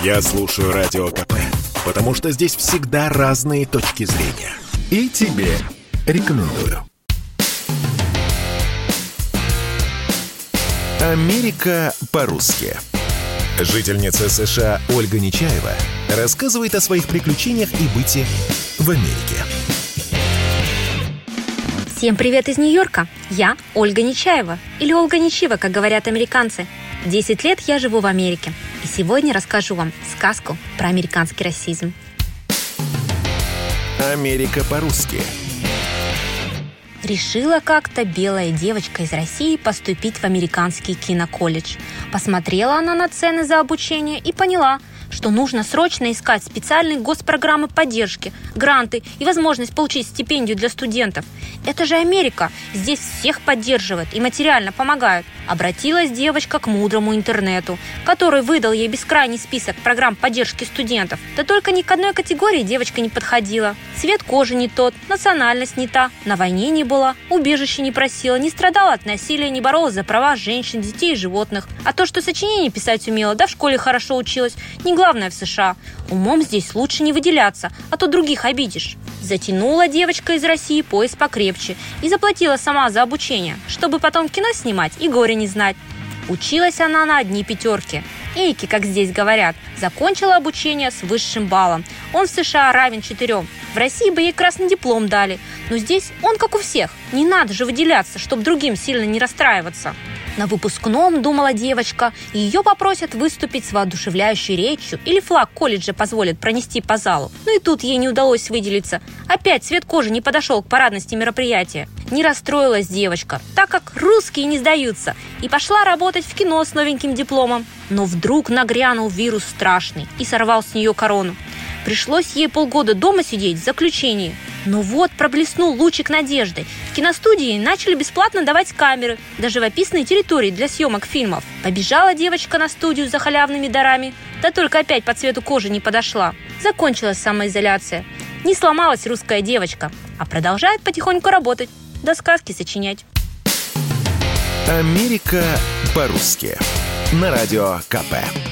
Я слушаю Радио КП, потому что здесь всегда разные точки зрения. И тебе рекомендую. Америка по-русски. Жительница США Ольга Нечаева рассказывает о своих приключениях и быте в Америке. Всем привет из Нью-Йорка! Я Ольга Нечаева, или Ольга Нечива, как говорят американцы. 10 лет я живу в Америке, и сегодня расскажу вам сказку про американский расизм. Америка по-русски. Решила как-то белая девочка из России поступить в американский киноколледж. Посмотрела она на цены за обучение и поняла, что нужно срочно искать специальные госпрограммы поддержки, гранты и возможность получить стипендию для студентов. Это же Америка, здесь всех поддерживают и материально помогают. Обратилась девочка к мудрому интернету, который выдал ей бескрайний список программ поддержки студентов. Да только ни к одной категории девочка не подходила. Цвет кожи не тот, национальность не та, на войне не была, убежище не просила, не страдала от насилия, не боролась за права женщин, детей и животных. А то, что сочинение писать умела, да в школе хорошо училась, не главное в США. Умом здесь лучше не выделяться, а то других обидишь. Затянула девочка из России пояс покрепче и заплатила сама за обучение, чтобы потом кино снимать и горе не знать. Училась она на одни пятерки. Эйки, как здесь говорят, закончила обучение с высшим баллом. Он в США равен 4. В России бы ей красный диплом дали. Но здесь он как у всех. Не надо же выделяться, чтобы другим сильно не расстраиваться. На выпускном, думала девочка, ее попросят выступить с воодушевляющей речью или флаг колледжа позволят пронести по залу. Ну и тут ей не удалось выделиться. Опять цвет кожи не подошел к парадности мероприятия. Не расстроилась девочка, так как русские не сдаются, и пошла работать в кино с новеньким дипломом. Но вдруг нагрянул вирус страшный и сорвал с нее корону. Пришлось ей полгода дома сидеть в заключении. Но вот проблеснул лучик надежды. В киностудии начали бесплатно давать камеры, до живописной территории для съемок фильмов. Побежала девочка на студию за халявными дарами, да только опять по цвету кожи не подошла. Закончилась самоизоляция. Не сломалась русская девочка, а продолжает потихоньку работать, да сказки сочинять. Америка по-русски. На Радио КП.